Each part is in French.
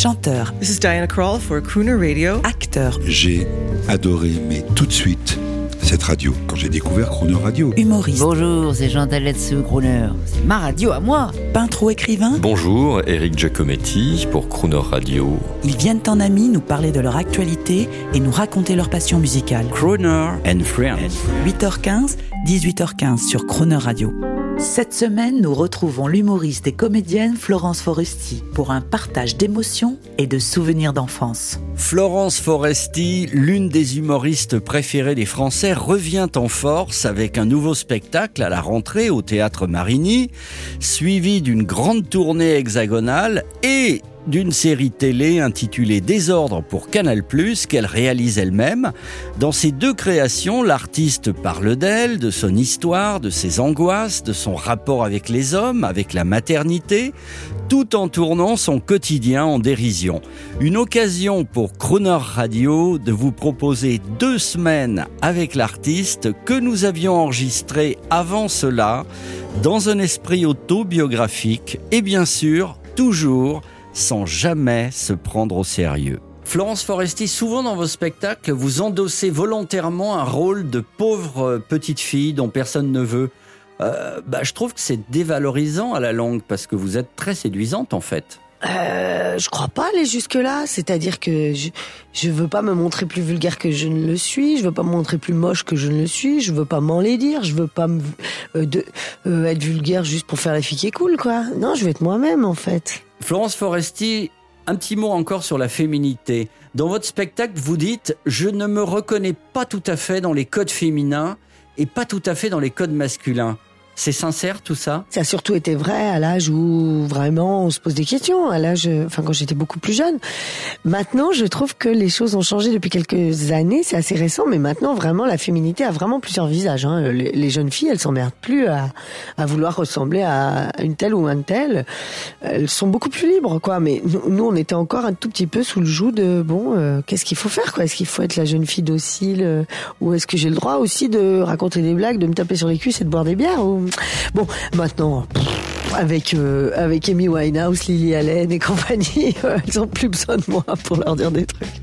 chanteur. This is Diana Krall for Crooner Radio. Acteur. J'ai adoré, mais tout de suite, cette radio, quand j'ai découvert Crooner Radio. Humoriste. Bonjour, c'est Jean Taletsu, Crooner. C'est ma radio à moi. Peintre ou écrivain. Bonjour, Eric Giacometti pour Crooner Radio. Ils viennent en amis nous parler de leur actualité et nous raconter leur passion musicale. Crooner and Friends. 8h15, 18h15 sur Crooner Radio. Cette semaine, nous retrouvons l'humoriste et comédienne Florence Foresti pour un partage d'émotions et de souvenirs d'enfance. Florence Foresti, l'une des humoristes préférées des Français, revient en force avec un nouveau spectacle à la rentrée au Théâtre Marigny, suivi d'une grande tournée hexagonale et d'une série télé intitulée Désordre pour Canal+, qu'elle réalise elle-même. Dans ces deux créations, l'artiste parle d'elle, de son histoire, de ses angoisses, de son rapport avec les hommes, avec la maternité, tout en tournant son quotidien en dérision. Une occasion pour Crooner Radio de vous proposer 2 semaines avec l'artiste que nous avions enregistré avant cela, dans un esprit autobiographique et bien sûr, toujours sans jamais se prendre au sérieux. Florence Foresti, souvent dans vos spectacles, vous endossez volontairement un rôle de pauvre petite fille dont personne ne veut. Je trouve que c'est dévalorisant à la longue parce que vous êtes très séduisante en fait. Je crois pas aller jusque-là. C'est-à-dire que je veux pas me montrer plus vulgaire que je ne le suis. Je veux pas me montrer plus moche que je ne le suis. Je veux pas m'enlaidir. Je veux pas être vulgaire juste pour faire la fille qui est cool, quoi. Non, je veux être moi-même, en fait. Florence Foresti, un petit mot encore sur la féminité. Dans votre spectacle, vous dites « Je ne me reconnais pas tout à fait dans les codes féminins et pas tout à fait dans les codes masculins ». C'est sincère tout ça ? Ça a surtout été vrai à l'âge où vraiment on se pose des questions, quand j'étais beaucoup plus jeune. Maintenant, je trouve que les choses ont changé depuis quelques années, c'est assez récent, mais maintenant vraiment la féminité a vraiment plusieurs visages. Les jeunes filles, elles s'emmerdent plus à vouloir ressembler à une telle ou un tel. Elles sont beaucoup plus libres, quoi. Mais nous, on était encore un tout petit peu sous le joug de qu'est-ce qu'il faut faire, quoi ? Est-ce qu'il faut être la jeune fille docile ou est-ce que j'ai le droit aussi de raconter des blagues, de me taper sur les cuisses et de boire des bières Bon, maintenant, avec Amy Winehouse, Lily Allen et compagnie, elles ont plus besoin de moi pour leur dire des trucs.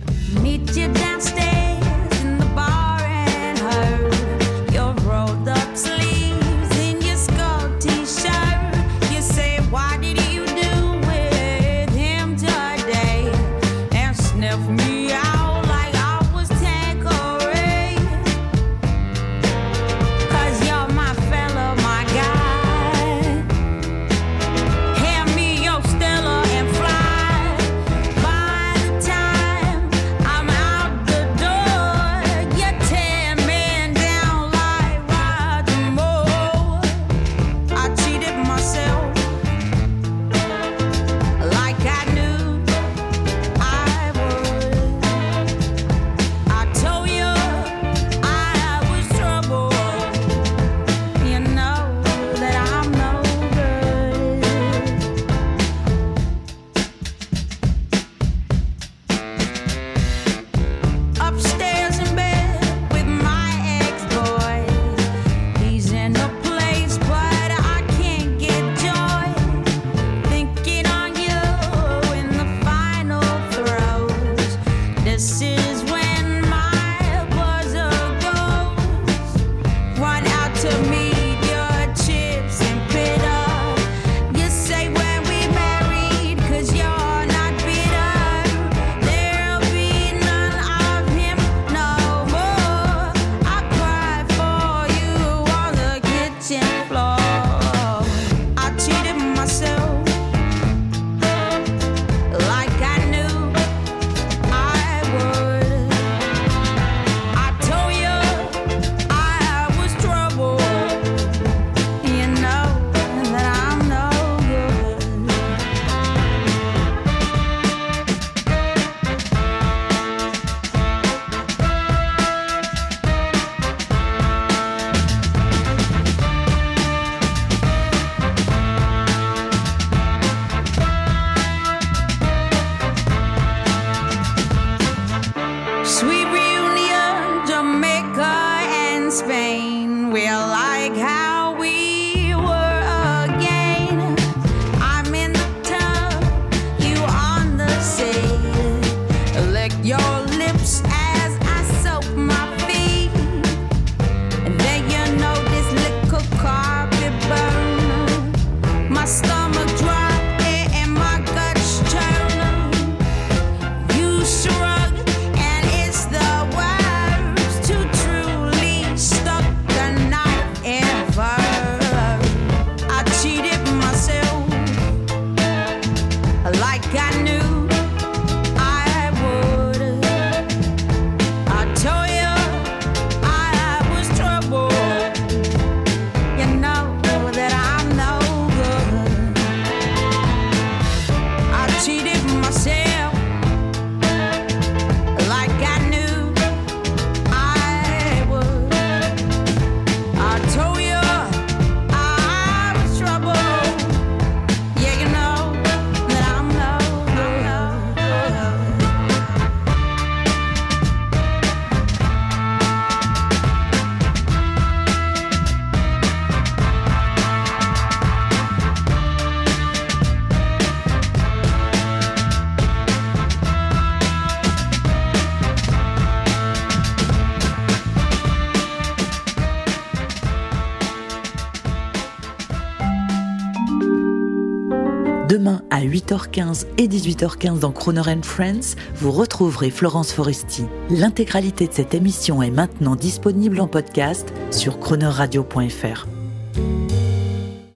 Demain à 8h15 et 18h15 dans Crooner & Friends, vous retrouverez Florence Foresti. L'intégralité de cette émission est maintenant disponible en podcast sur croonerradio.fr.